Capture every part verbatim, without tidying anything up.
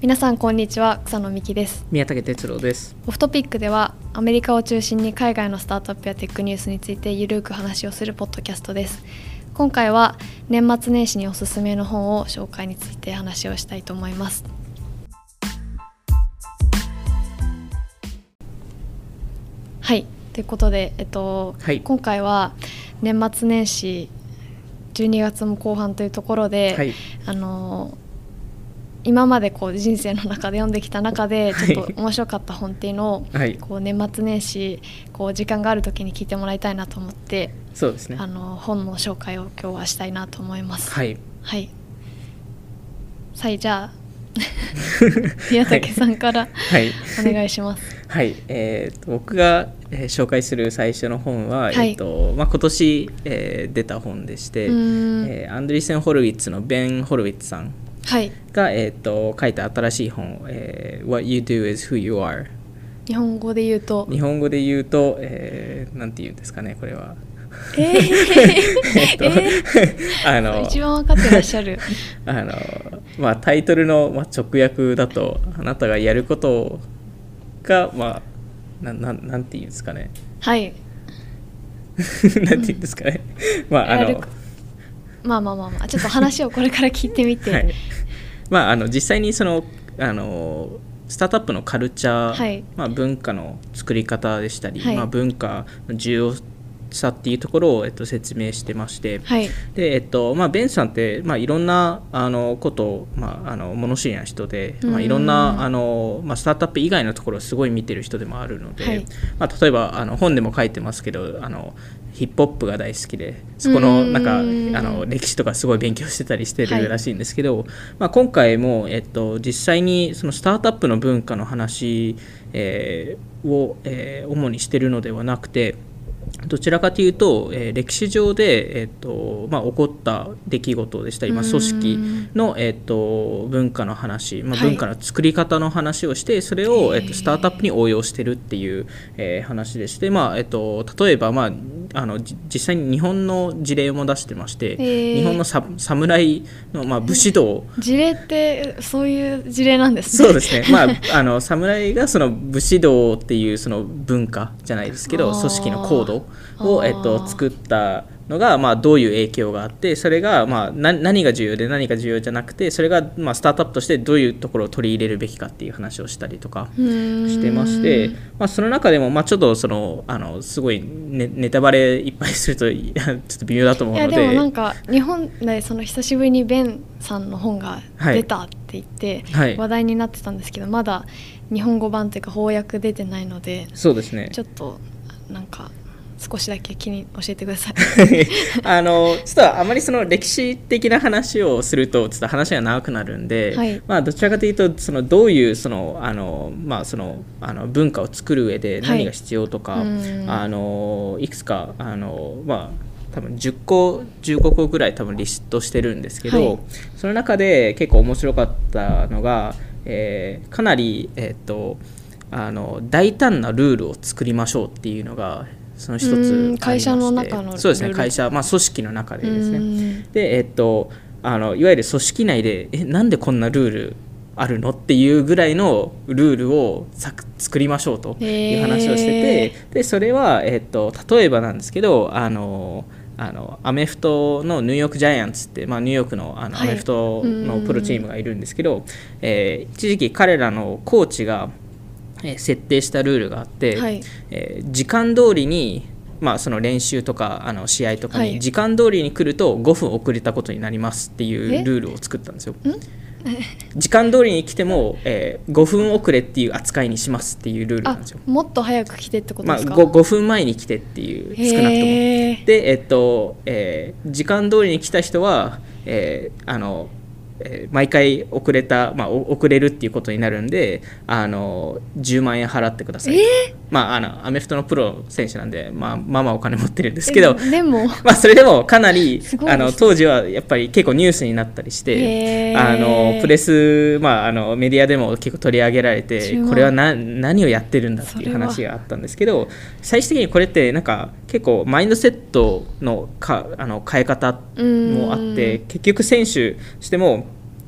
皆さんこんにちは、草野美希です。 宮武哲郎です。 オフトピックではアメリカを中心に海外のスタートアップやテックニュースについてゆるく話をするポッドキャストです。今回は年末年始におすすめの本を紹介について話をしたいと思います。はい、ということで、えっとはい、今回は年末年始じゅうにがつも後半というところで、はい、あの今までこう人生の中で読んできた中でちょっと面白かった本っていうのを、はい、こう年末年始こう時間がある時に聞いてもらいたいなと思って、 そうですね、 あの本の紹介を今日はしたいなと思います。 はい、 はい、さあじゃあ宮武さんからお願いします。 はい、えー、と僕が、えー、紹介する最初の本は、はいえーとまあ、今年、えー、出た本でして、えー、アンドリーセン・ホルウィッツのベン・ホルウィッツさんが、はいえー、と書いた新しい本、えー、What You Do Is Who You Are。 日本語で言うと日本語で言うと、えー、なんて言うんですかねこれは。 えーえっと、えー、あの一番分かってらっしゃるあの、まあ、タイトルの、まあ、直訳だとあなたがやることが、まあ、な, な, なんて言うんですかねはいなんて言うんですかね、うん、まああのまあまあまあまあちょっと話をこれから聞いてみて、はいまあ、あの実際にそのあのスタートアップのカルチャー、 はいまあ、文化の作り方でしたり、 はいまあ、文化の重要さっていうところを、えっと、説明してまして、 はいでえっとまあ、ベンさんって、まあ、いろんなあのことを、まあ、あの物知りな人で、まあ、いろんなあの、まあ、スタートアップ以外のところをすごい見てる人でもあるので、はいまあ、例えばあの本でも書いてますけどあのヒップホップが大好きでそこのなんかあの歴史とかすごい勉強してたりしてるらしいんですけど、はいまあ、今回も、えっと、実際にそのスタートアップの文化の話、えー、を、えー、主にしてるのではなくてどちらかというと、えー、歴史上で、えーとまあ、起こった出来事でしたり、まあ、組織の、えーと文化の話、まあ、文化の作り方の話をして、はい、それを、えーとスタートアップに応用しているっていう、えー、話でして、まあえーと例えば、まあ、あの実際に日本の事例も出してまして、日本のサ侍の、まあ、武士道事例ってそういう事例なんですね。 そうですね、まあ、あの侍がその武士道っていうその文化じゃないですけど組織のコードを、えっと、作ったのが、まあ、どういう影響があってそれが、まあ、な何が重要で何が重要じゃなくてそれが、まあ、スタートアップとしてどういうところを取り入れるべきかっていう話をしたりとかしてまして、まあ、その中でも、まあ、ちょっとそのあのすごい ネ, ネタバレいっぱいするとちょっと微妙だと思うので。 いやでもなんか日本でその久しぶりにベンさんの本が出たって言って話題になってたんですけど、はい、まだ日本語版というか翻訳出てないのでそうですねちょっとなんか少しだけ気に教えてくださいあのちょっとあまりその歴史的な話をするとちょっと話が長くなるんで、はいまあ、どちらかというとそのどういうそのあの、まあ、そのあの文化を作る上で何が必要とか、はい、あのいくつかあの、まあ多分じゅっこじゅうごこぐらい多分リストしてるんですけど、はい、その中で結構面白かったのが、えー、かなり、えー、とあの大胆なルールを作りましょうっていうのがその一つありまして、 会社の中のそうですね会社、まあ、組織の中でですねで、えっと、あのいわゆる組織内でえなんでこんなルールあるのっていうぐらいのルールを作りましょうという話をしててでそれは、えっと、例えばなんですけどあのあのアメフトのニューヨークジャイアンツって、まあ、ニューヨーク の, あの、はい、アメフトのプロチームがいるんですけど、えー、一時期彼らのコーチが設定したルールがあって、はいえー、時間通りに、まあ、その練習とかあの試合とかに時間通りに来るとごふん遅れたことになりますっていうルールを作ったんですよ。時間通りに来ても、えー、ごふん遅れっていう扱いにしますっていうルールなんですよ。 もっと早く来てってことですか？ まあ、5, ごふんまえに来てっていう少なくともで、えっとえー、時間通りに来た人は、えー、あのえー、毎回遅れた、まあ、遅れるっていうことになるんであのじゅうまんえん払ってください、えーまあ、あのアメフトのプロ選手なんで、まあ、まあまあお金持ってるんですけどでも、 まあ、それでもかなりあの当時はやっぱり結構ニュースになったりして、えー、あのプレス、まあ、あのメディアでも結構取り上げられてこれはな何をやってるんだっていう話があったんですけど最終的にこれってなんか結構マインドセットのかあの変え方もあって結局選手しても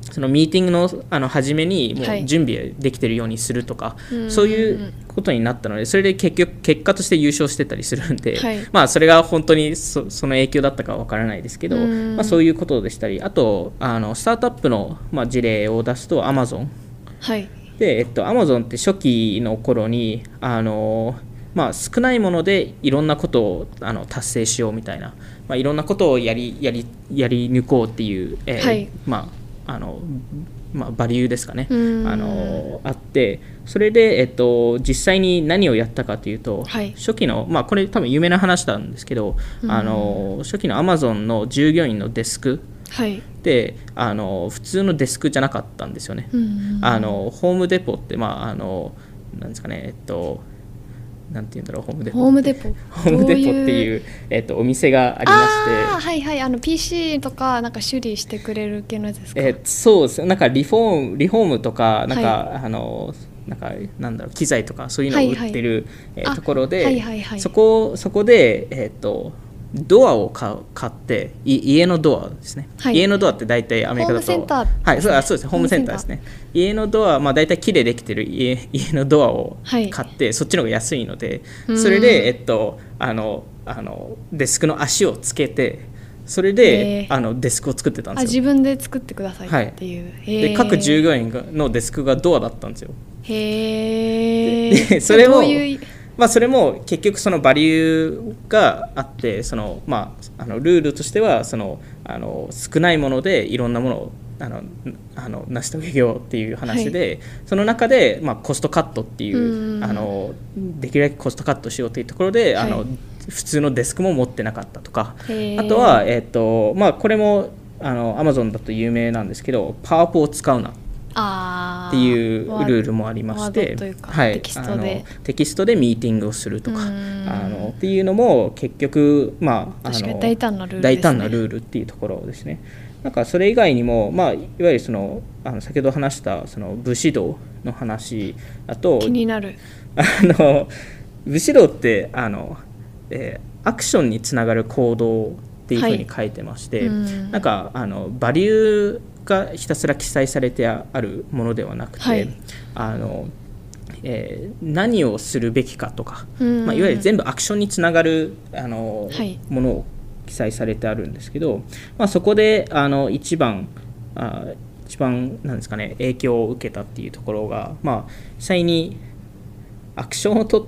そのミーティング の, あの初めにもう準備できてるようにするとか、はい、そういうことになったので、それで結局結果として優勝してたりするんで、はい、まあ、それが本当に そ, その影響だったかは分からないですけど、まあ、そういうことでしたり、あとあのスタートアップの、まあ、事例を出すと Amazon、 はい、 で、えっと、Amazon って初期の頃にあの、まあ、少ないものでいろんなことをあの達成しようみたいな、まあ、いろんなことをやり、やり、やり抜こうっていう、えーはい、まああのまあ、バリューですかね、あのあって、それで、えっと、実際に何をやったかというと、はい、初期の、まあ、これ多分有名な話なんですけど、あの初期の Amazon の従業員のデスクで、はい、あの普通のデスクじゃなかったんですよね。あのホームデポって、まあ、あのなんですかね、えっとなんていうんだろう、ホームデポホームデポホームデポっていう、えっと、お店がありまして、 あ、はいはい、あの ピーシー とかなんか修理してくれる系のやつですか。 えー、そうです。なんかリフォームリフォームとかなんか、はい、あのなんかなんだろう、機材とかそういうのを売ってる、はいはい、えー、ところで、はいはいはい、そこそこでえっとドアを買って家のドアですね、はい、家のドアって大体アメリカだとホームセンター、ね、 はい、そう、そうですね、ホームセンターですね。家のドア、まあ、大体木でできてる 家, 家のドアを買って、はい、そっちの方が安いので、それで、えっと、あのあのデスクの足をつけて、それで、えー、あのデスクを作ってたんですよ。あ、 自分で作ってくださいっていう、はい、 で各従業員のデスクがドアだったんですよ。 へー。 でそれもどういうまあ、それも結局そのバリューがあって、その、まあ、あのルールとしてはそのあの少ないものでいろんなものをあのあの成し遂げようっていう話で、はい、その中で、まあ、コストカットっていうあのできるだけコストカットしようというところで、はい、あの普通のデスクも持ってなかったとか、あとは、えーとまあ、これもあの Amazon だと有名なんですけど、パワポを使うなっていうルールもありまして、はい、テキストでテキストでミーティングをするとか、あのっていうのも結局、まあ、あの大胆なルールですね。 大胆なルールっていうところですね。なんかそれ以外にも、まあ、いわゆるそのあの先ほど話したその武士道の話だと、 気になるあの武士道ってあの、えー、アクションにつながる行動っていうふうに書いてまして、はい、なんかあのバリューがひたすら記載されてあるものではなくて、はい、あのえー、何をするべきかとか、まあ、いわゆる全部アクションにつながるあの、はい、ものを記載されてあるんですけど、まあ、そこであの一番あ一番なんですかね、影響を受けたっていうところが、まあ、実際にアクションをとって、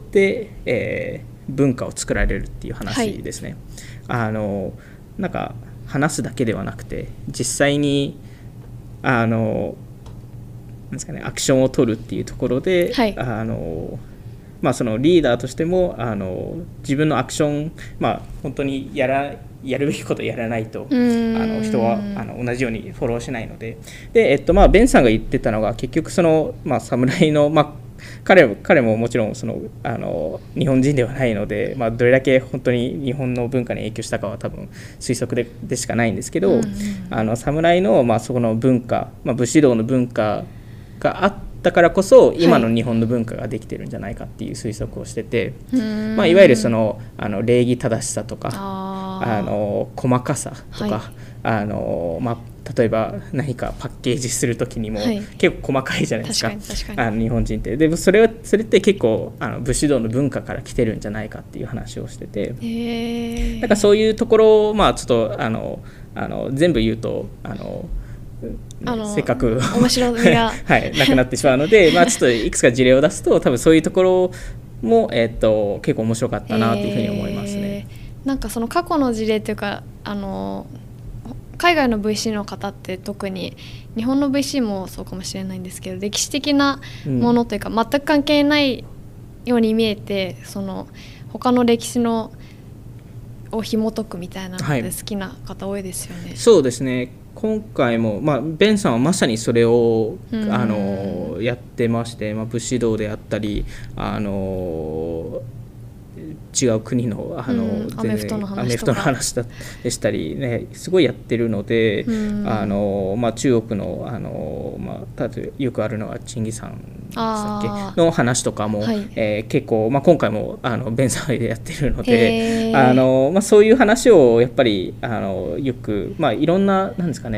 えー、文化を作られるっていう話ですね。はい、あのなんか話すだけではなくて、実際にあのなんですかね、アクションを取るっていうところで、はい、あのまあ、そのリーダーとしてもあの自分のアクション、まあ、本当にやらやるべきことをやらないとあの人はあの同じようにフォローしないので、で、えっとまあ、ベンさんが言ってたのが結局その、まあ、侍の、まあ、彼, 彼ももちろんそのあの日本人ではないので、まあ、どれだけ本当に日本の文化に影響したかは多分推測 で, でしかないんですけど、あの侍の、まあ、そこの文化、まあ、武士道の文化があったからこそ今の日本の文化ができてるんじゃないかっていう推測をしてて、はい、まあ、いわゆるそのあの礼儀正しさとかああの細かさとか、はい、あのまあ、例えば何かパッケージするときにも結構細かいじゃないですか、はい、確かに確かにあの日本人って。でそれはそれって結構あの武士道の文化から来てるんじゃないかっていう話をしてて、へだからそういうところを、まあ、ちょっとあのあの全部言うとあのあのせっかく面白みが、 はい、なくなってしまうのでまあちょっといくつか事例を出すと多分そういうところも、えー、と結構面白かったなというふうに思いますね。 えー、なんかその過去の事例というかあの海外の ブイシー の方って特に日本の ブイシー もそうかもしれないんですけど歴史的なものというか、うん、全く関係ないように見えてその他の歴史のを紐解くみたいなので好きな方多いですよね。 はい、そうですね。今回も、まあ、ベンさんはまさにそれをあのやってまして、まあ、武士道であったりあの違う国のあの、うん、 アメフトの話アメフトの話でしたり、ね、すごいやってるので、うんあのまあ、中国の、あの、まあ、例えばよくあるのはチンギさんでしたっけの話とかも、はいえー、結構、まあ、今回もあのベンさんでやってるのであの、まあ、そういう話をやっぱりあのよく、まあ、いろんな、なんですかね、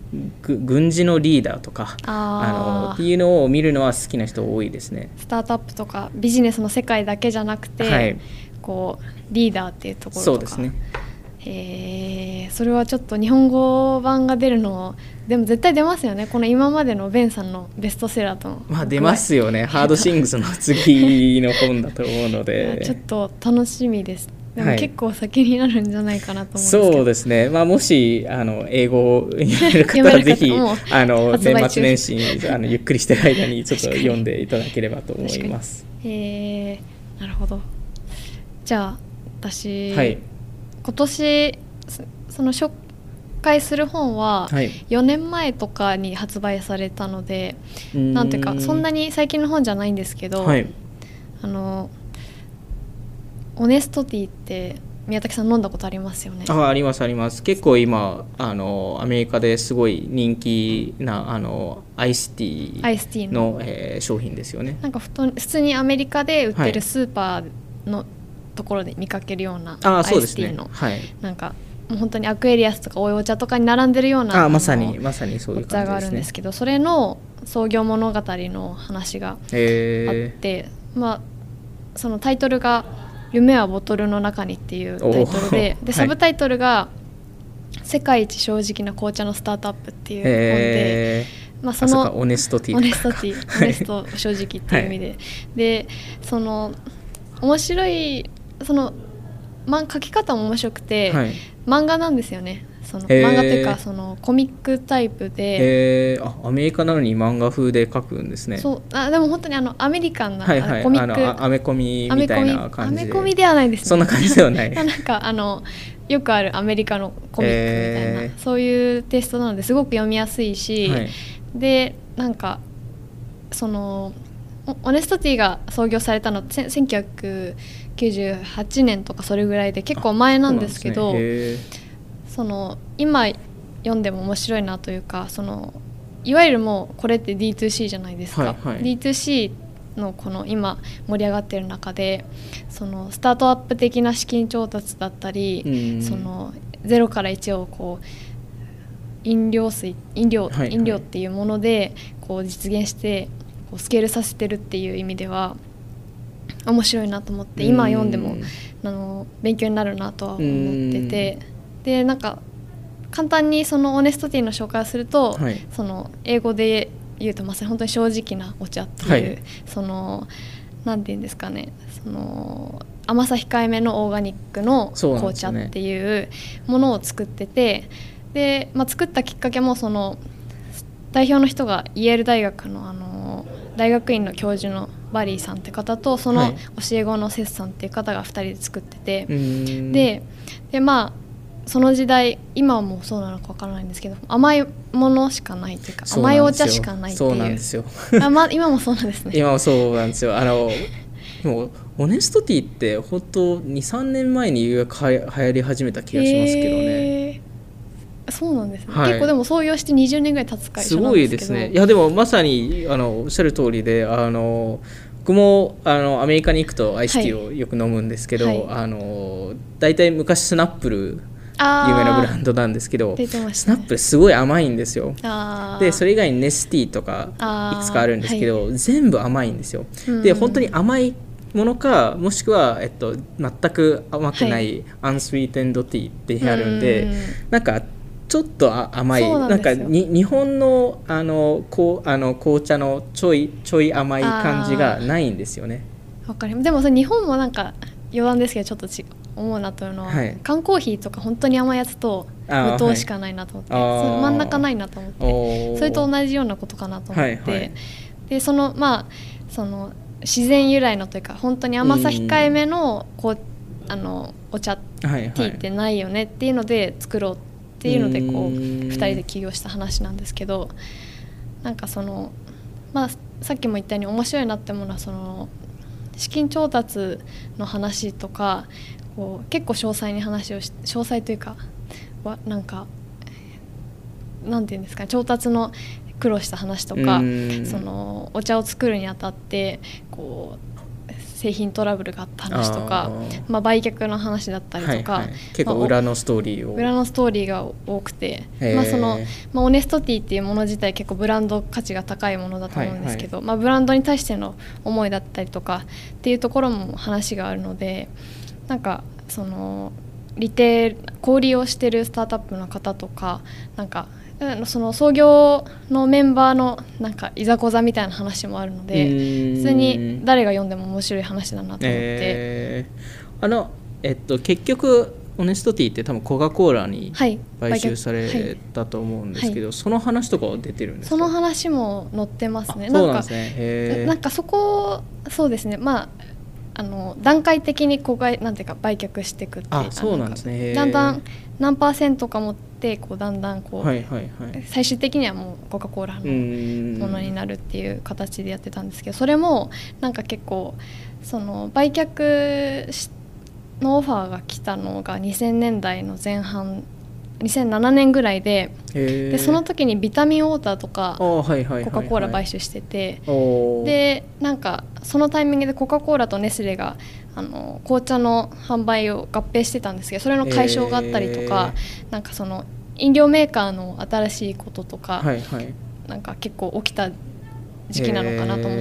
軍事のリーダーとかあのっていうのを見るのは好きな人多いですね。 スタートアップとかビジネスの世界だけじゃなくて、はい、こうリーダーっていうところとか。 そうですね。 えー、それはちょっと日本語版が出るのでも絶対出ますよね。この今までのベンさんのベストセラーとの、 まあ、出ますよね。ハードシングスの次の本だと思うのでちょっと楽しみです。でも結構先になるんじゃないかなと思うんですけど、はい、 そうですね、まあ、もしあの英語を読める方はぜひあの年末年始にあのゆっくりしてる間にちょっと読んでいただければと思います。 えー、なるほど。じゃあ私、はい、今年その紹介する本はよねんまえとかに発売されたので、はい、なんていうかそんなに最近の本じゃないんですけど、はい、あのオネストティって宮崎さん飲んだことありますよね。 あ、ありますあります。結構今あのアメリカですごい人気なあのアイスティー の, の、えー、商品ですよね。 なんか普通にアメリカで売ってるスーパーのところで見かけるようなアイスティーの、はい、なんかもう本当にアクエリアスとかおいお茶とかに並んでるようなあまさにまさにそういう感じですね。お茶があるんですけど、それの創業物語の話があって、まあ、そのタイトルが夢はボトルの中にっていうタイトル で, でサブタイトルが世界一正直な紅茶のスタートアップっていう本で、まあ、そのあそうかオネストティーオネストティーオネスト正直っていう意味で、はい、でその面白いその、ま、書き方も面白くて、はい、漫画なんですよね。その漫画っていうかそのコミックタイプで、 えー、あアメリカなのに漫画風で書くんですね。 そうあでも本当にあのアメリカンな、 はいはい、 コミックあのアメコミみたいな感じで。 アメコミではないですね。 そんな感じではないなんかあのよくあるアメリカのコミックみたいな、えー、そういうテイストなのですごく読みやすいし、はい、でなんかそのオネストティが創業されたのせんきゅうひゃくきゅうじゅうはちねんとかそれぐらいで結構前なんですけど、 そ, ね、その今読んでも面白いなというか、そのいわゆるもうこれって ディーツーシー じゃないですか、はいはい、ディーツーシー のこの今盛り上がってる中でそのスタートアップ的な資金調達だったり、そのゼロからいちをこう飲料水飲料、はいはい、飲料っていうものでこう実現してこうスケールさせてるっていう意味では面白いなと思って、今読んでもあの勉強になるなとは思ってて、でなんか簡単にそのオネストティの紹介をすると、はい、その英語で言うとまさに本当に正直なお茶っていう、はい、そのなんていうんですかね、その甘さ控えめのオーガニックの紅茶っていうものを作ってて、で、まあ、作ったきっかけもその代表の人がイェール大学の、あの大学院の教授のバリーさんって方とその教え子のセスさんっていう方がふたりで作ってて、はい、で, でまあその時代今はもうそうなのかわからないんですけど、甘いものしかないというか甘いお茶しかないっていう。 そうなんですよあ、まあ、今もそうなんですね。 今もそうなんですよ。あのもうオネストティって本当 に,さん 年前に流行り始めた気がしますけどね。 そうなんですね、はい、結構でも創業してにじゅうねんぐらい経つ会社なんですけど、すごいですね。 いやでもまさにあのおっしゃる通りで、あの僕もあのアメリカに行くとアイスティーをよく飲むんですけど、はい、あのだいたい昔スナップル有名なブランドなんですけど、ね、スナップルすごい甘いんですよ。でそれ以外にネスティーとかいくつかあるんですけど、はい、全部甘いんですよ。で本当に甘いものかもしくは、えっと、全く甘くないアンスイーテンドティーってあるんで、はい、なんかちょっと甘い な, なんかに日本 の, あのこうあの紅茶のちょいちょい甘い感じがないんですよね。 わかります。でもそれ日本もなんか余談ですけどちょっとち思うなというのは、はい、缶コーヒーとか本当に甘いやつと無糖しかないなと思って、はい、そ真ん中ないなと思って、それと同じようなことかなと思って、はいはい、でそのまあその自然由来のというか本当に甘さ控えめのこうあのお茶、はいはい、ティーってないよねっていうので作ろうっていうのでこうふたりで起業した話なんですけど、なんかその、まあ、さっきも言ったように面白いなって思うのはその資金調達の話とかこう結構詳細に話をし詳細というかなんかなんていうんですかね、調達の苦労した話とかそのお茶を作るにあたってこう製品トラブルがあった話とか、まあ、売却の話だったりとか、はいはい、 結構裏のストーリーを、 まあ、裏のストーリーが多くて、まあそのまあ、オネストティっていうもの自体結構ブランド価値が高いものだと思うんですけど、はいはい、まあ、ブランドに対しての思いだったりとかっていうところも話があるので、なんかそのリテール小売りをしてるスタートアップの方とか、なんかその創業のメンバーのなんかいざこざみたいな話もあるので、普通に誰が読んでも面白い話だなと思って、 えー、あのえっと結局オネストティって多分コカ・コーラに買収されたと思うんですけど、はいはい、その話とかは出てるんですか？ その話も載ってますね。 そうなんですね。へー。 なんかそこそうですね、まああの段階的にこうなんていうか売却していくって、 あ、そうなんですね。 だんだん何パーセントか持ってこうだんだんこう、 はいはいはい、 最終的にはもうコカ・コーラのものになるっていう形でやってたんですけど、それもなんか結構その売却のオファーが来たのがにせんねんだいの前半、にせんななねんぐらい で, でその時にビタミンウォーターとかコカ・コーラ買収してて、でなんかそのタイミングでコカ・コーラとネスレがあの紅茶の販売を合併してたんですけど、それの解消があったりとか、なんかその飲料メーカーの新しいこととか、はいはい、なんか結構起きた時期なのかなと思って、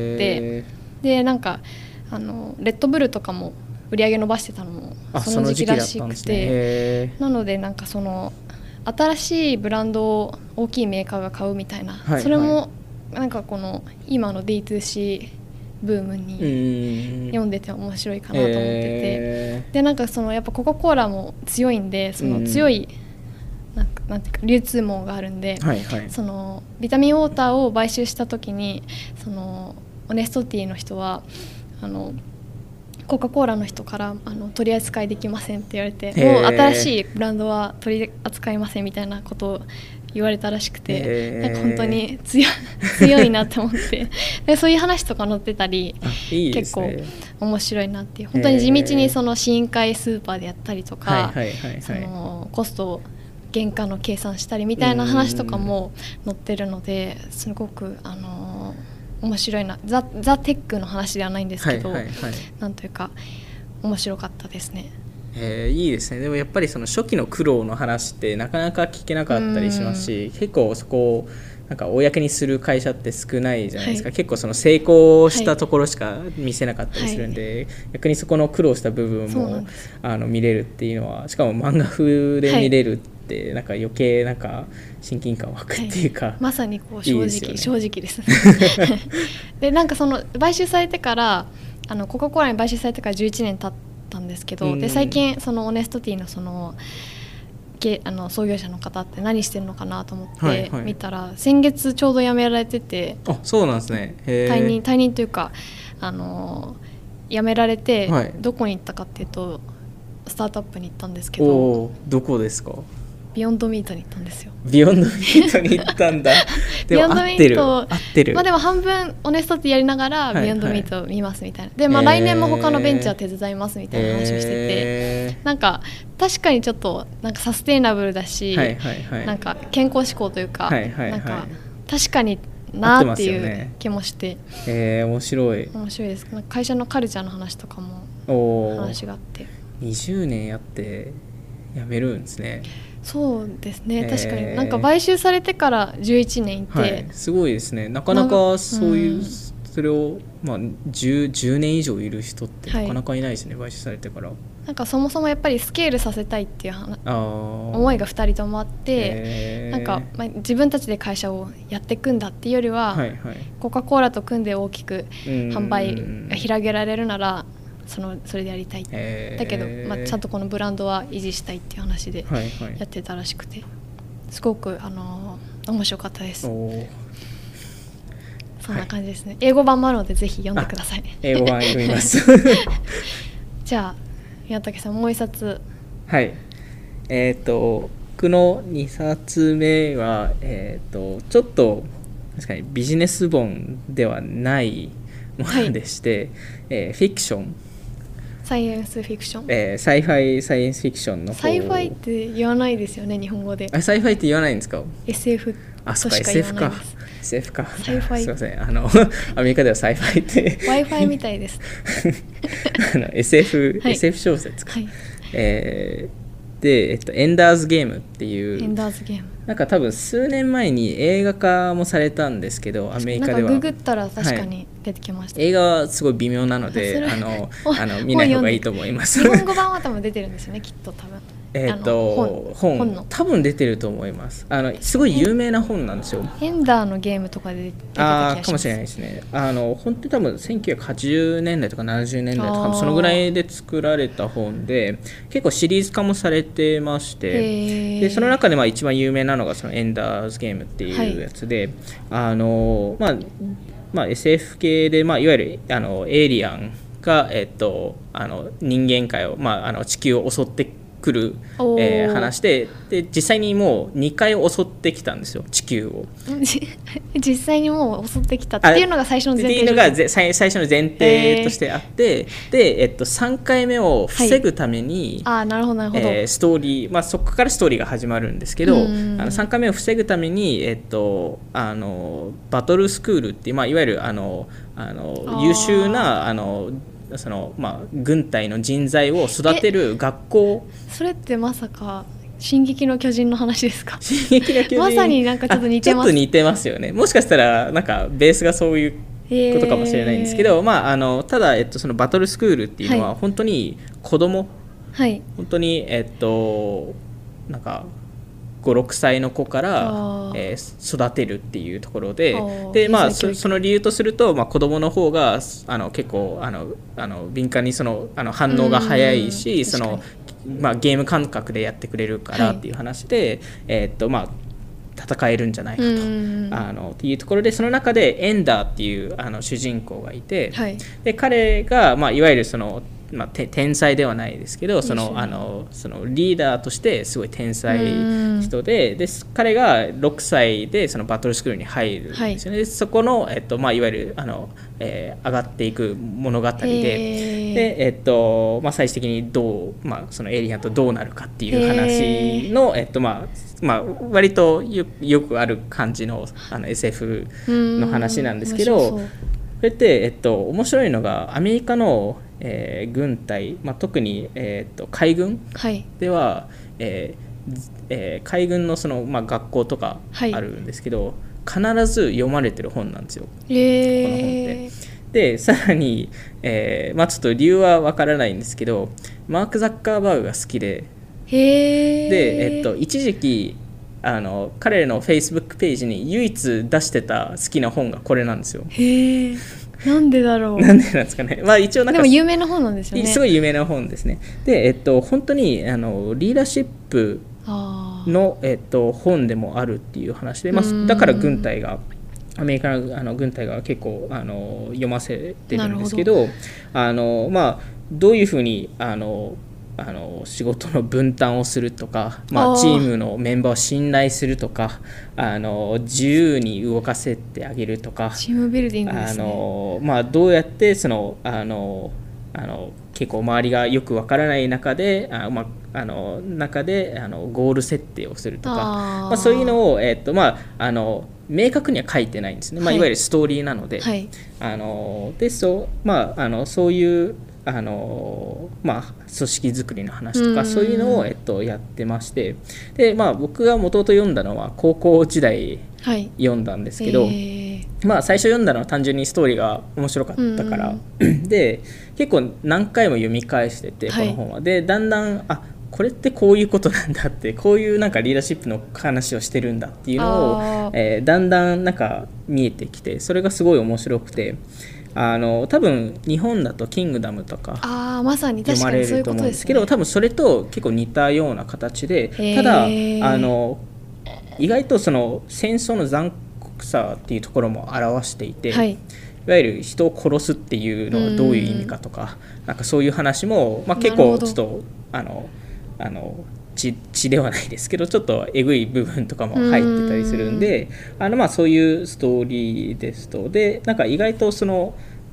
でなんかあのレッドブルとかも売り上げ伸ばしてたのもその時期らしくて、なのでなんかその新しいブランドを大きいメーカーが買うみたいな、はいはい、それもなんかこの今の ディーツーシー ブームに読んでて面白いかなと思ってて、えー、でなんかそのやっぱコカ・コーラも強いんで、その強いなんかなんていうか流通網があるんで、はいはい、そのビタミンウォーターを買収した時にそのオネストティの人はあのコカ・コーラの人からあの取り扱いできませんって言われて、もう新しいブランドは取り扱いませんみたいなことを言われたらしくて、なんか本当に 強, 強いなって思ってでそういう話とか載ってたり、いいですね、結構面白いなっていう、本当に地道にその試飲会スーパーでやったりとか、そのコストを原価の計算したりみたいな話とかも載ってるので、すごくあの面白いな、ザ・ザ・テックの話ではないんですけど、はいはいはい、なんというか面白かったですね。 えー、いいですね。でもやっぱりその初期の苦労の話ってなかなか聞けなかったりしますし、結構そこをなんか公にする会社って少ないじゃないですか、はい、結構その成功したところしか見せなかったりするんで、はい、逆にそこの苦労した部分もあの見れるっていうのは、しかも漫画風で見れるって、はい、なんか余計なんか親近感湧くっていうか、はい、 まさにこう正直いいですよね。正直ですねでなんかその買収されてからあのコカ・コーラに買収されてからじゅういちねん経ったんですけど、で最近そのオネストティのそのあの創業者の方って何してるのかなと思って見たら、はいはい、先月ちょうど辞められてて、 あ、そうなんですね。へー。 退任退任というかあの辞められて、はい、どこに行ったかっていうとスタートアップに行ったんですけど、 お、どこですか？ ビヨンドミートに行ったんですよ。 ビヨンドミートに行ったんだでも合ってる合ってる、 まあ、でも半分オネストってやりながらビヨンドミート見ますみたいな、はいはい、で、まあ、来年も他のベンチャー手伝いますみたいな話をしてて、えー、なんか確かにちょっとなんかサステイナブルだし、はいはいはい、なんか健康志向というか、はいはいはい、なんか確かになっていう気もして、 えー、面白い面白いです。なんか会社のカルチャーの話とかも話があって、 にじゅうねんやって辞めるんですね。 そうですね、確かに、えー、なんか買収されてからじゅういちねんいて、はい、 すごいですね。なかなかそういう、うん、それを、まあ、10, じゅうねん以上いる人ってなかなかいないですね、はい、買収されてから。 なんかそもそもやっぱりスケールさせたいっていう思いがふたりともあって、えー、なんか、まあ、自分たちで会社をやっていくんだっていうよりは、はいはい、コカ・コーラと組んで大きく販売が広げられるならそのそれでやりたい、えー、だけど、まあ、ちゃんとこのブランドは維持したいっていう話でやってたらしくて、はいはい、すごく、あのー、面白かったです。そんな感じですね、はい、英語版もあるのでぜひ読んでください。 英語版読みますじゃあ宮武さんもう一冊。 はい、えーと僕のにさつめは、えーとちょっと確かにビジネス本ではないものでして、はい、えー、フィクションサイエンスフィクション、 えー、サイファイサイエンスフィクションの方。 サイファイって言わないですよね日本語で。 あ、サイファイって言わないんですか？ エスエフあ、そっか、 としか言わないです。 エスエフ か エスエフ か。 サイファイすいません、あのアメリカではサイファイって Wi-Fi みたいですあの エスエフ、 はい、 エスエフ 小説か、 はい、 えー、で、えっと、エンダーズゲームっていう、 エンダーズゲーム、 なんか多分数年前に映画化もされたんですけど、アメリカではなんかググったら確かに出てきました、 はい、映画はすごい微妙なので、あのあの見ない方がいいと思います日本語版は多分出てるんですよねきっと多分。 えー、と 本, 本の多分出てると思います。あのすごい有名な本なんですよ。 エンダーのゲームとかで出てた気がします。 あかもしれないですね。あの本当に多分せんきゅうひゃくはちじゅうねんだいとかななじゅうねんだいとかそのぐらいで作られた本で、結構シリーズ化もされてまして、でその中でまあ一番有名なのがそのエンダーズゲームっていうやつで、はい、あのまあまあ、エスエフ 系で、まあ、いわゆるあのエイリアンが、えっと、あの人間界を、まあ、あの地球を襲って来る、えー、話 で, で実際にもうにかい襲ってきたんですよ地球を実際にもう襲ってきたっていうのが最初の前提っていうのが最初の前提としてあって、えー、で、えっと、さんかいめを防ぐために、 はい、あなるほどなるほど、 えー、ストーリー、まあ、そこからストーリーが始まるんですけど、あのさんかいめを防ぐために、えっと、あのバトルスクールっていう、まあ、いわゆるあのあの優秀なあのそのまあ、軍隊の人材を育てる学校。 それってまさか進撃の巨人の話ですか？ 進撃の巨人まさになんかちょっと似てます。 ちょっと似てますよね。もしかしたらなんかベースがそういうことかもしれないんですけど、まあ、あのただ、えっと、そのバトルスクールっていうのは本当に子供、はい、本当にえっとなんかごろくさいの子から、えー、育てるっていうところで、で、まあ、そ, その理由とすると、まあ、子どもの方があの結構あのあの敏感にそのあの反応が早いし、そのまあ、ゲーム感覚でやってくれるからっていう話で、はい、えーっとまあ、戦えるんじゃないかとあのっていうところで、その中でエンダーっていうあの主人公がいて、はい、で彼が、まあ、いわゆるそのまあ、天才ではないですけど、そのあのそのリーダーとしてすごい天才人 で, で彼がろくさいでそのバトルスクールに入るんですよね、はい、でそこの、えっとまあ、いわゆるあの、えー、上がっていく物語で、で、えっとまあ、最終的にどう、まあ、そのエイリアンとどうなるかっていう話の、えっとまあまあ、割と よ, よくある感じ の, あの エスエフ の話なんですけど、これって、えっと、面白いのがアメリカのえー、軍隊、まあ、特に、えー、と海軍では、はい、えーえー、海軍の、 その、まあ、学校とかあるんですけど、はい、必ず読まれてる本なんですよ、えー、この本って。でさらに、えーまあ、ちょっと理由はわからないんですけど、マーク・ザッカーバーグが好きで、へで、えー、と一時期あの彼らの Facebook ページに唯一出してた好きな本がこれなんですよ。へーなんでだろう。 なんでなんですかね。まあ一応なんかでも有名な本なんですよね。 すごい有名な本ですね。で、えっと本当にあのリーダーシップのえっと本でもあるっていう話で、まあだから軍隊がアメリカのあの軍隊が結構あの読ませてるんですけど、あのまあどういうふうにあのあの仕事の分担をするとか、まあ、チームのメンバーを信頼するとか、あの自由に動かせてあげるとか、 チームビルディングですね。 あの、まあ、どうやってそのあのあの結構周りがよくわからない中であ、まあ、あの中であのゴール設定をするとか、あ、まあ、そういうのを、えーっとまあ、あの明確には書いてないんですね、まあ、いわゆるストーリーなので、はい、あのでそう、まあ、あのそういうあのまあ、組織作りの話とかそういうのを、えっと、やってまして、で、まあ、僕が元々読んだのは高校時代読んだんですけど、はい、えーまあ、最初読んだのは単純にストーリーが面白かったから、で結構何回も読み返しててこの本は、はい、でだんだんあこれってこういうことなんだって、こういうなんかリーダーシップの話をしてるんだっていうのを、えー、だんだんなんか見えてきて、それがすごい面白くて、あの多分日本だとキングダムとかあまさに読まれると思うんですけど、多分それと結構似たような形で、ただあの意外とその戦争の残酷さっていうところも表していて、はい、いわゆる人を殺すっていうのはどういう意味かとか、なんかそういう話も、まあ、結構ちょっとあのあの血, 血ではないですけどちょっとえぐい部分とかも入ってたりするんで、あのまあそういうストーリーですと、でなんか意外とその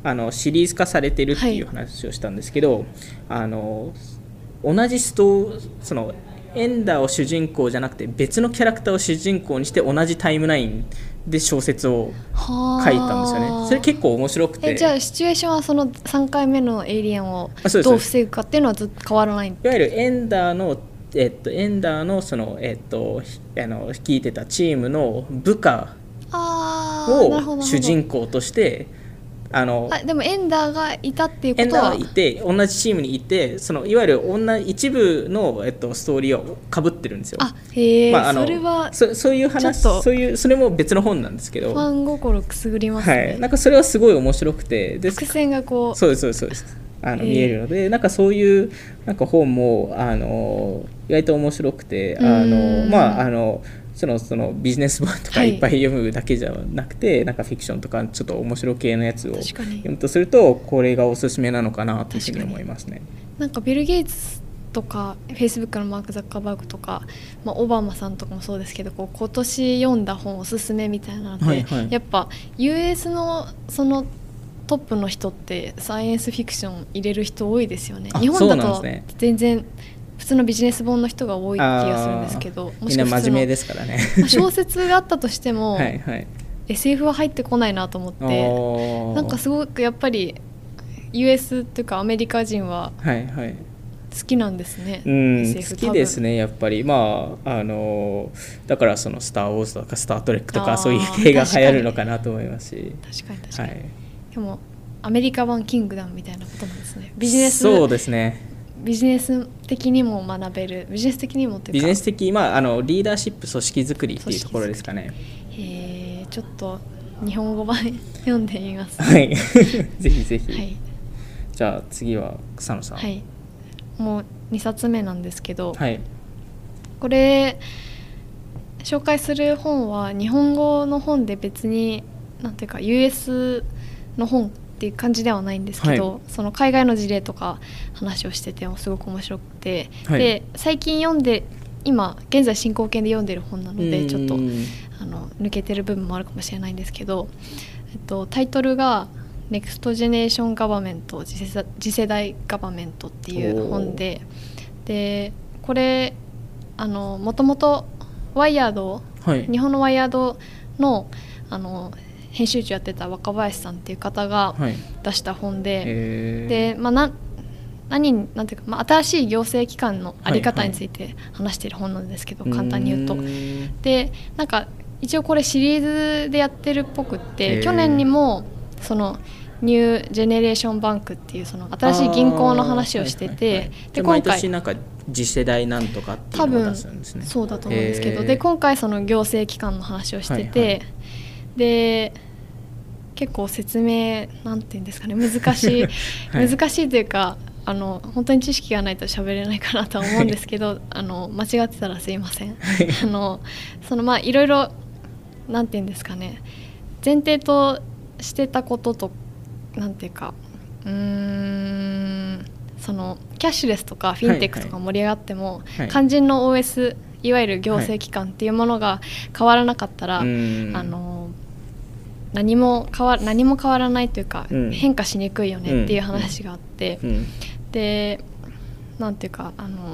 あのシリーズ化されてるっていう話をしたんですけど、はい、あの同じストそのエンダーを主人公じゃなくて別のキャラクターを主人公にして同じタイムラインで小説を書いたんですよね。それ結構面白くて。 えじゃあシチュエーションはそのさんかいめのエイリアンをどう防ぐかっていうのはずっと変わらない。いわゆるエンダーの、えっと、エンダーのその、えっと、あの率いてたチームの部下を主人公としてあのあでもエンダーがいたっていうことはエンダーがいて同じチームにいてそのいわゆる同じ一部の、えっと、ストーリーをかぶってるんですよ。 あへえ、まあ、あのそれはそそういう話そういうそれも別の本なんですけどファン心くすぐりますね、 はい、なんかそれはすごい面白くてで伏線がこうそうですそうですそうですあの見えるのでなんかそういうなんか本もあの意外と面白くてあのまああのそのそのビジネス本とかいっぱい読むだけじゃなくて、はい、なんかフィクションとかちょっと面白系のやつを読むとするとこれがおすすめなのかなというふうに思いますね。 なんかビル・ゲイツとかフェイスブックのマーク・ザッカーバーグとか、まあ、オバマさんとかもそうですけどこう今年読んだ本おすすめみたいなので、はいはい、やっぱ ユーエス のそのトップの人ってサイエンスフィクション入れる人多いですよね。日本だと全然普通のビジネス本の人が多い気がするんですけど、 みんな真面目ですからね小説があったとしてもはい、はい、エスエフ は入ってこないなと思ってなんかすごくやっぱり ユーエス っていうかアメリカ人は好きなんですね、 はいはい、うん エスエフ 好きですねやっぱりまああのだからそのスター・ウォーズとかスター・トレックとかそういう系が流行るのかなと思いますし確かに確かに、はい、でもアメリカ版キングダムみたいなことなんですね。ビジネスそうですねビジネス的にも学べるビジネス的にもというかビジネス的、まあ、あのリーダーシップ組織作りっていうところですかね。 へえちょっと日本語版読んでみます、ね、 はいぜひぜひ、はい、じゃあ次は草野さん。 はいもうにさつめなんですけど、 はい、 これ紹介する本は日本語の本で別になんていうか ユーエス の本っていう感じではないんですけど、はい、その海外の事例とか話をしててもすごく面白くて、はい、で最近読んで今現在進行形で読んでる本なのでちょっとあの抜けてる部分もあるかもしれないんですけど、えっと、タイトルがネクストジェネレーションガバメント次世代ガバメントっていう本で、でこれあのもともとワイヤード、はい、日本のワイヤードのあの編集長やってた若林さんっていう方が出した本で、はい、で、まあ、な何なんていうか、まあ、新しい行政機関の在り方について話している本なんですけど、はいはい、簡単に言うとでなんか一応これシリーズでやってるっぽくって去年にもそのニュージェネレーションバンクっていうその新しい銀行の話をしてて、はいはいはい、 で今回毎年なんか次世代なんとかっていうのを出すんですね。 多分そうだと思うんですけどで今回その行政機関の話をしてて、はいはい、で結構説明なんていうんですかね難しい、はい、難しいというかあの本当に知識がないと喋れないかなとは思うんですけど、はい、あの間違ってたらすいません。あのそのまあいろいろなんていうんですかね前提としてたこととなんていうかうーんそのキャッシュレスとかフィンテックとか盛り上がっても、はいはい、肝心の オーエス いわゆる行政機関っていうものが変わらなかったら、はい、あの何も変わ何も変わらないというか、うん、変化しにくいよねっていう話があって、うんうん、でなんていうかあの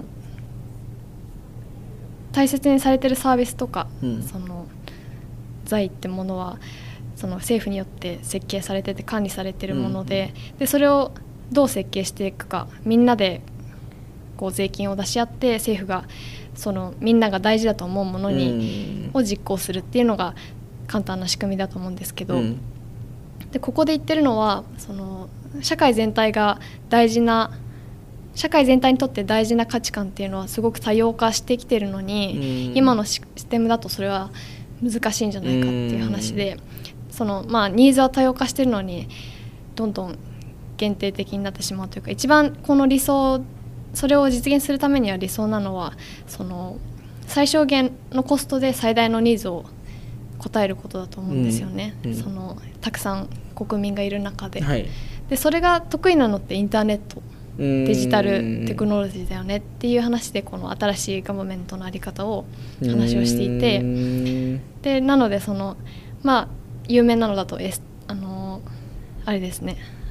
大切にされてるサービスとか、うん、その財ってものはその政府によって設計されてて管理されているもの で,、うん、でそれをどう設計していくかみんなでこう税金を出し合って政府がそのみんなが大事だと思うものに、うん、を実行するっていうのが簡単な仕組みだと思うんですけど、うん、でここで言ってるのはその社会全体が大事な社会全体にとって大事な価値観っていうのはすごく多様化してきてるのに、うん、今のシステムだとそれは難しいんじゃないかっていう話で、うんそのまあ、ニーズは多様化してるのにどんどん限定的になってしまうというか一番この理想それを実現するためには理想なのはその最小限のコストで最大のニーズを応えることだと思うんですよね、うんうん、そのたくさん国民がいる中で、はい、でそれが得意なのってインターネットデジタルテクノロジーだよねっていう話でこの新しいガバメントの在り方を話をしていてでなのでそのまあ有名なのだと、S、あのあれですね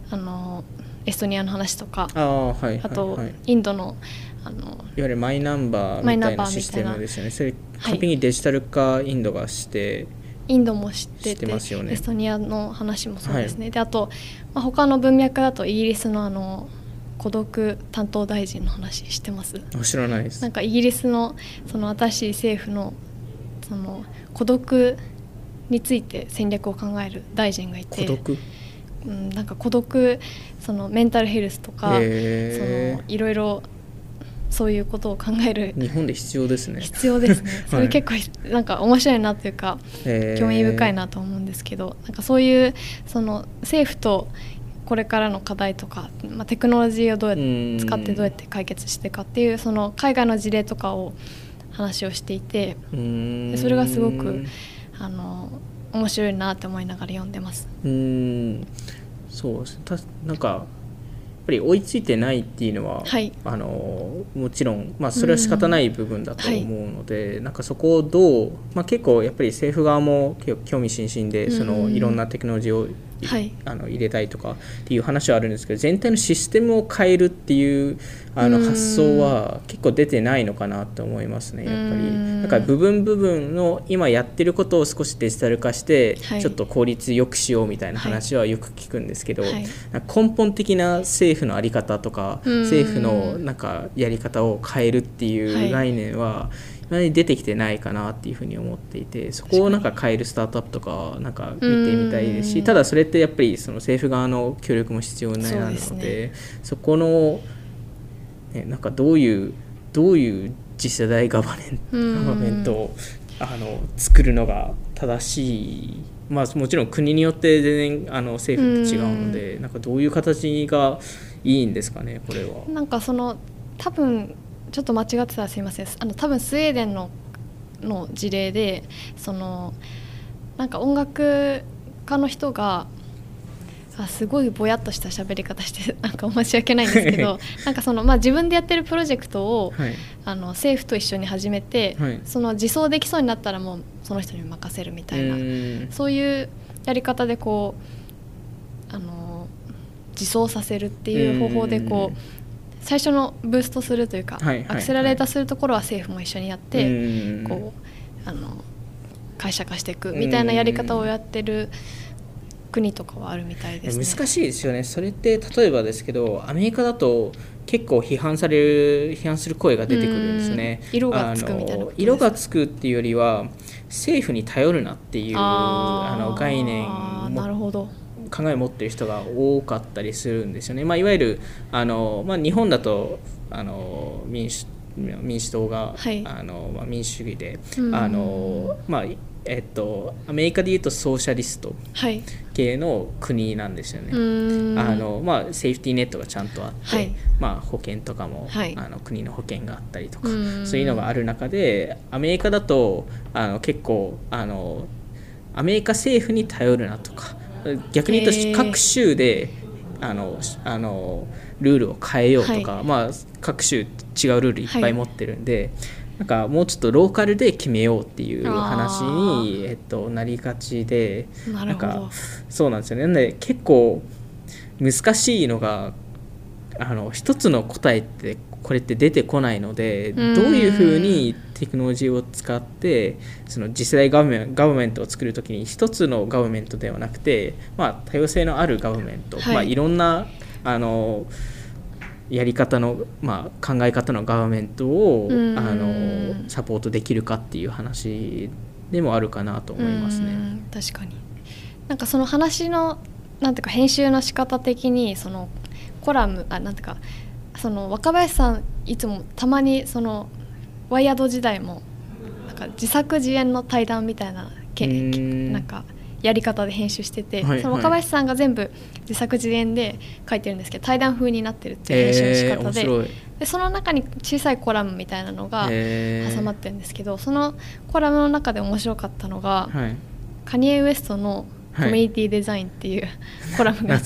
あのエストニアの話とか、 あ、はいはいはい、 あとインドのあのいわゆるマイナンバーみたいなシステムですよね。それ完璧にデジタル化インドがして、はい、 インドも知っててますよね。エストニアの話もそうですね、はい、であと、まあ、他の文脈だとイギリスのあの孤独担当大臣の話知ってます？ 知らないです。 なんかイギリスのその新しい政府のその孤独について戦略を考える大臣がいて、 孤独、 うん、なんか孤独、そのメンタルヘルスとか、そのいろいろそういうことを考える。 日本で必要ですね。 必要ですね。それ結構なんか面白いなというか、興味深いなと思うんですけど、なんかそういうその政府とこれからの課題とか、まあ、テクノロジーをどうやって使ってどうやって解決していくかっていう、その海外の事例とかを話をしていて、でそれがすごくあの面白いなって思いながら読んでます。 うーん、そうです。たなんかやっぱり追いついてないっていうのは、はい、あのもちろん、まあ、それは仕方ない部分だと思うので、はい、なんかそこをどう、まあ、結構やっぱり政府側も結構興味津々で、そのいろんなテクノロジーをはい、あの入れたいとかっていう話はあるんですけど、全体のシステムを変えるっていうあの発想は結構出てないのかなと思いますね。やっぱりなんか部分部分の今やってることを少しデジタル化して、はい、ちょっと効率よくしようみたいな話はよく聞くんですけど、はい、根本的な政府の在り方とか政府のなんかやり方を変えるっていう概念は、はい出てきてないかなっていうふうに思っていて、そこをなんか変えるスタートアップとかなんか見てみたいですし、ただそれってやっぱりその政府側の協力も必要になるので、 そ, で、ね、そこの、ね、なんかどういうどういう次世代ガバメン、ガバメントをあの作るのが正しい、まあ、もちろん国によって全然あの政府って違うので、なんかどういう形がいいんですかね、これは。 なんかその多分ちょっと間違ってたらすいません。あの多分スウェーデン の, の事例で、そのなんか音楽家の人があすごいぼやっとした喋り方してなんか申し訳ないんですけどなんかその、まあ、自分でやってるプロジェクトを、はい、あの政府と一緒に始めて、はい、その自走できそうになったらもうその人に任せるみたいな、そういうやり方でこうあの自走させるっていう方法でこう最初のブーストするというか、はいはいはい、アクセラレーターするところは政府も一緒にやってこうあの会社化していくみたいなやり方をやってる国とかはあるみたいですね。 難しいですよね。それって例えばですけど、アメリカだと結構批判される批判する声が出てくるんですね。 色がつくみたいなことですか？ 色がつくっていうよりは政府に頼るなっていうあの概念もなるほど考えを持っている人が多かったりするんですよね。まあ、いわゆるあの、まあ、日本だとあの民主、民主党が、はい、あのまあ、民主主義であの、まあえっと、アメリカでいうとソーシャリスト系の国なんですよね。あの、まあ、セーフティーネットがちゃんとあって、はい、まあ、保険とかも、はい、あの国の保険があったりとかそういうのがある中で、アメリカだとあの結構あのアメリカ政府に頼るなとか、逆に言うと各州であのあのルールを変えようとか、はい、まあ、各州違うルールいっぱい持ってるんで、はい、なんかもうちょっとローカルで決めようっていう話に、えっと、なりがちで、 なるほど。 なんかそうなんですよね。なので結構難しいのがあの一つの答えってこれって出てこないので、どういうふうにテクノロジーを使ってその次世代ガバメント、ガバメントを作るときに一つのガバメントではなくて、まあ、多様性のあるガバメント、はい、まあ、いろんなあのやり方の、まあ、考え方のガバメントをあのサポートできるかっていう話でもあるかなと思いますね。 確かになんかその話のなんていうか編集の仕方的にそのコラムあなんていうかその若林さんいつもたまにそのワイヤード時代もなんか自作自演の対談みたいなけなんかやり方で編集してて、はいはい、その若林さんが全部自作自演で書いてるんですけど対談風になってるっていう編集の仕方で、えー、でその中に小さいコラムみたいなのが挟まってるんですけど、そのコラムの中で面白かったのが、はい、カニエ・ウエストのコミュニティデザインっていうコラムがあって、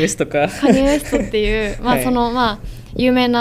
それってカニエ・ウエストかカニエ・ウエストっていう、まあそのまあ有名な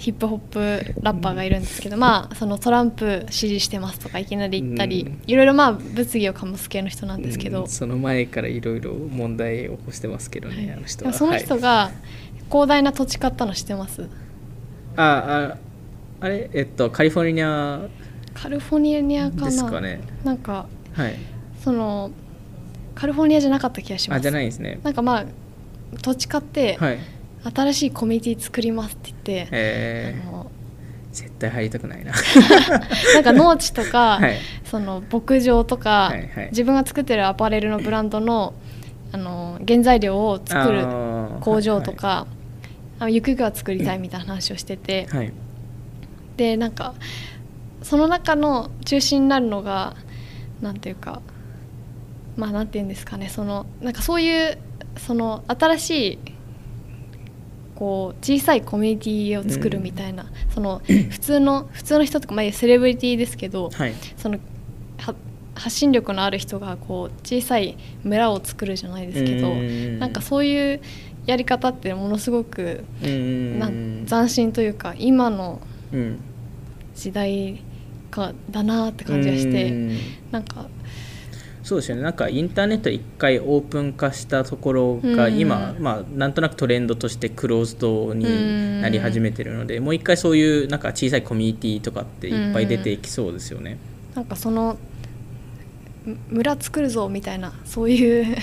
ヒップホップラッパーがいるんですけど、まあそのトランプ支持してますとかいきなり言ったり、いろいろまあ物議を醸す系の人なんですけど、 その前からいろいろ問題を起こしてますけどね、はい、あの人は。 その人が広大な土地買ったの知ってます？ あああれえっとカリフォルニアカリフォルニアかなですかね。 なんか、 はい、 そのカリフォルニアじゃなかった気がします。 あ、じゃないですね。 なんかまあ土地買って、はい、新しいコミュニティ作りますって言って、 えー、あの絶対入りたくないななんか農地とか、はい、その牧場とか、はいはい、自分が作ってるアパレルのブランドの、あの原材料を作る工場とか、はいはい、ゆくゆくは作りたいみたいな話をしてて、はい、でなんかその中の中心になるのがなんていうか、まあなんていうんですかね、そのなんかそういうその新しいこう小さいコミュニティを作るみたいな、うん、その普通の普通の人とか、まあ、セレブリティですけど、はい、その発信力のある人がこう小さい村を作るじゃないですけど、うん、なんかそういうやり方ってものすごく、うん、なん斬新というか今の時代かだなって感じがして、うん、なんかそうですよね。なんかインターネット一回オープン化したところが今、うん、まあ、なんとなくトレンドとしてクローズドになり始めてるので、うん、もう一回そういうなんか小さいコミュニティとかっていっぱい出てきそうですよね。 うん、なんかその村作るぞみたいなそういう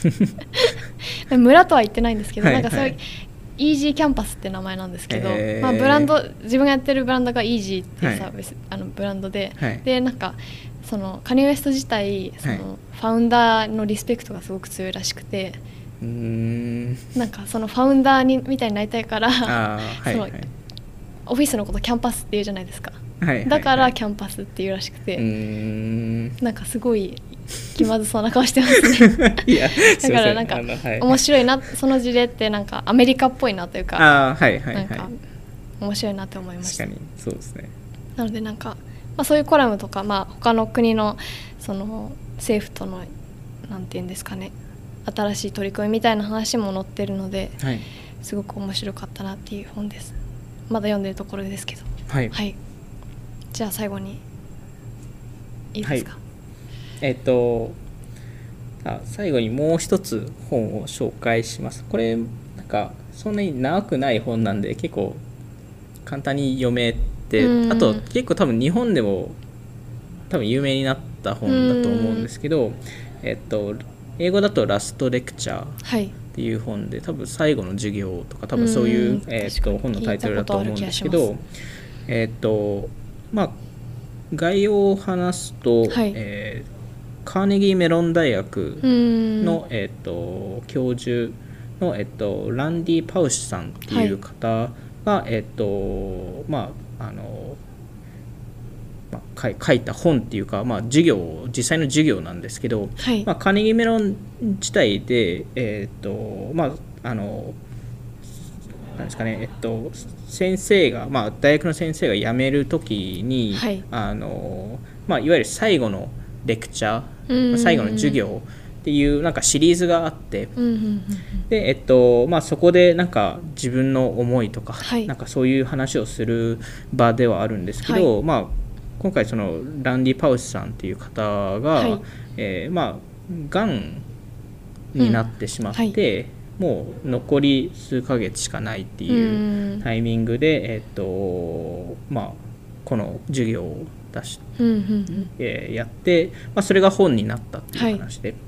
村とは言ってないんですけど、はいはい、なんかそういうイージーキャンパスって名前なんですけど、えーまあ、ブランド自分がやってるブランドがイージーっていうサービス、はい、あのブランドで、はい、でなんかそのカニエ・ウェスト自体その、はい、ファウンダーのリスペクトがすごく強いらしくて、うーんなんかそのファウンダーにみたいになりたいからその、はいはい、オフィスのことキャンパスっていうじゃないですか、はいはいはい、だからキャンパスっていうらしくて、うーんなんかすごい気まずそうな顔してますねいやだからなんか面白いな、その事例ってなんかアメリカっぽいなというか、あ、はいはいはい、なんか面白いなって思いました。 確かにそうですね。 なのでなんか、まあ、そういうコラムとか、まあ、他の国のその政府とのなんていうんですかね、新しい取り組みみたいな話も載ってるので、はい、すごく面白かったなっていう本です。まだ読んでるところですけど、はい、はい、じゃあ最後にいいですか。はい、 えっとあ最後にもう一つ本を紹介します。これなんかそんなに長くない本なんで結構簡単に読めて、あと結構多分日本でも多分有名になった本だと思うんですけど、えっと英語だとラストレクチャーっていう本で、多分最後の授業とか多分そういう、えっと本のタイトルだと思うんですけど、えっとまあ概要を話すと、はい、えーカーネギーメロン大学の、えー、と教授の、えー、とランディ・パウシュさんっていう方が、はい、えーとまああのまあ、書いた本っていうか、まあ、授業実際の授業なんですけど、はい、まあ、カーネギーメロン自体で、えーとまあ、あのなんですかね、えっと、先生が、まあ、大学の先生が辞めるときに、はい、あのまあ、いわゆる最後のレクチャー、まあ、最後の授業っていうなんかシリーズがあって、うんうんうん、で、えっとまあ、そこでなんか自分の思いとか、はい、なんかそういう話をする場ではあるんですけど、はい、まあ、今回そのランディ・パウシさんっていう方が、はい、えー、まあがんになってしまって、うん、はい、もう残り数ヶ月しかないっていうタイミングで、えっとまあ、この授業を出し、うんうんうん、えー、やって、まあ、それが本になったっていう話で、はい、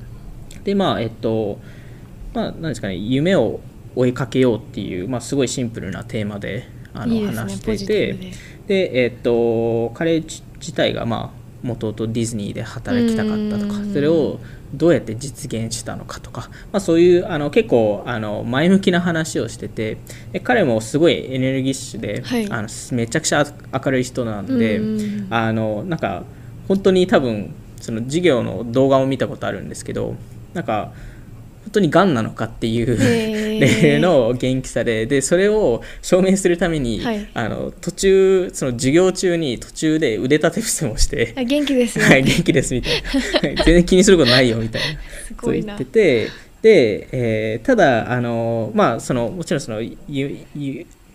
でまあえっとまあなんですかね、夢を追いかけようっていう、まあ、すごいシンプルなテーマであのいいですね、話していて、で, で、えっと彼自体がまあもともとディズニーで働きたかったとか、それをどうやって実現したのかとか、まあ、そういうあの結構あの前向きな話をしてて、で彼もすごいエネルギッシュで、はい、あのめちゃくちゃ明るい人なので、あのなんか本当に多分その授業の動画を見たことあるんですけど、なんか本当にがんなのかっていう例の元気さで、でそれを証明するために、はい、あの途中その授業中に途中で腕立て伏せもして元気ですね、 はい、元気ですみたいな全然気にすることないよみたいなそう言ってて、で、えー、ただあの、まあ、そのもちろんそのゆゆ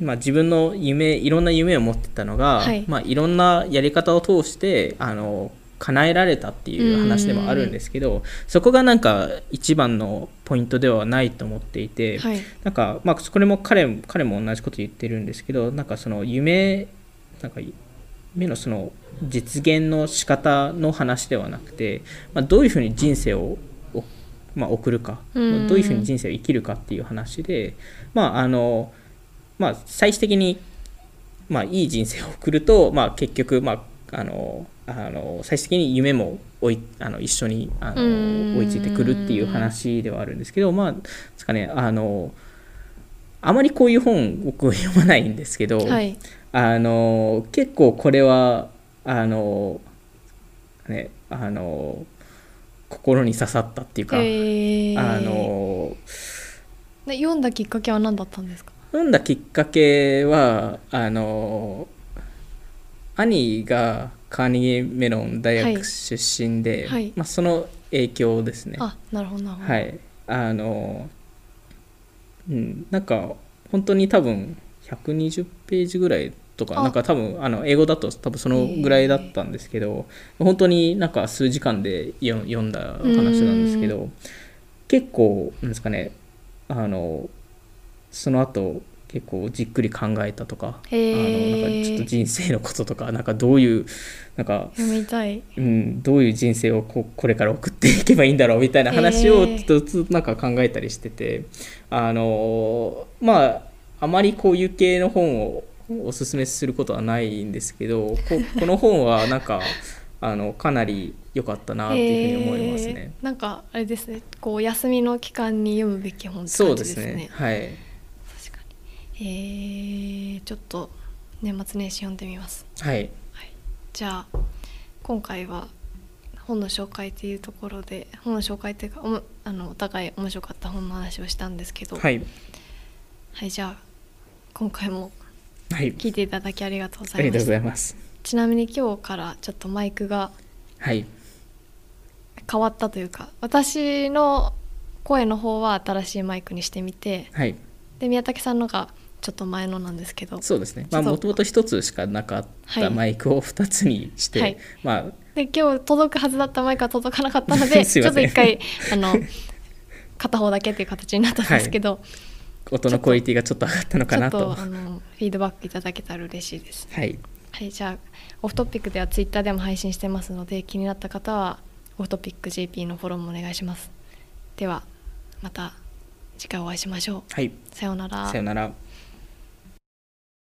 まあ、自分の夢いろんな夢を持ってたのが、はいまあ、いろんなやり方を通してあの叶えられたっていう話でもあるんですけど、そこがなんか一番のポイントではないと思っていて、はい、なんかまあこれも 彼, 彼も同じこと言ってるんですけど、なんかその夢なんか夢のその実現の仕方の話ではなくて、まあ、どういうふうに人生を、まあ、送るか、どういうふうに人生を生きるかっていう話で、まああのまあ、最終的に、まあ、いい人生を送ると、まあ、結局、まあ、あのあの最終的に夢も追いあの一緒にあの追いついてくるっていう話ではあるんですけど、まあですかね、あのあまりこういう本僕読まないんですけど、はい、あの結構これはあの、ね、あの心に刺さったっていうか、あの読んだきっかけは何だったんですか？ 読んだきっかけはあの兄がカーネギーメロン大学出身で、はいはいまあ、その影響ですね。 あ、なるほどなるほど。 はい、あの、うん、なんか本当に多分ひゃくにじゅうページぐらいとか、なんか多分あの英語だと多分そのぐらいだったんですけど、本当になんか数時間で読んだ話なんですけど、結構なんですかね、あのその後結構じっくり考えたとか、あのなんかちょっと人生のこととか、なんかどういうなんか読みたい、 うん、どういう人生を こ, これから送っていけばいいんだろうみたいな話をちょっとなんか考えたりしてて、あのまああまりこういう系の本をおすすめすることはないんですけど、 こ, この本はなんかあのかなり良かったなっていうふうに思いますね。 なんかあれですね、こう休みの期間に読むべき本って感じですね。 そうですね、はい。 えー、ちょっと年末年始読んでみます。 はい、はい、 じゃあ今回は本の紹介というところで、本の紹介というか お, あのお互い面白かった本の話をしたんですけど、 はい、 はい、じゃあ今回も聞いていただきありがとうございました。 はい、ありがとうございます。 ちなみに今日からちょっとマイクが変わったというか、はい、私の声の方は新しいマイクにしてみて、はい、で宮武さんのがちょっと前のなんですけど、 そうですね、もともと一つしかなかったマイクをふたつにして、はいまあ、 で今日届くはずだったマイクは届かなかったのでちょっと一回あの片方だけっていう形になったんですけど、はい、 音のクオリティがちょっと上がったのかなと、 ちょっとあのフィードバックいただけたら嬉しいです。 はい、 はい、じゃあオフトピックではツイッターでも配信してますので、気になった方はオフトピック ジェーピー のフォローもお願いします。ではまた次回お会いしましょう。 はい、 さようなら。 さようなら。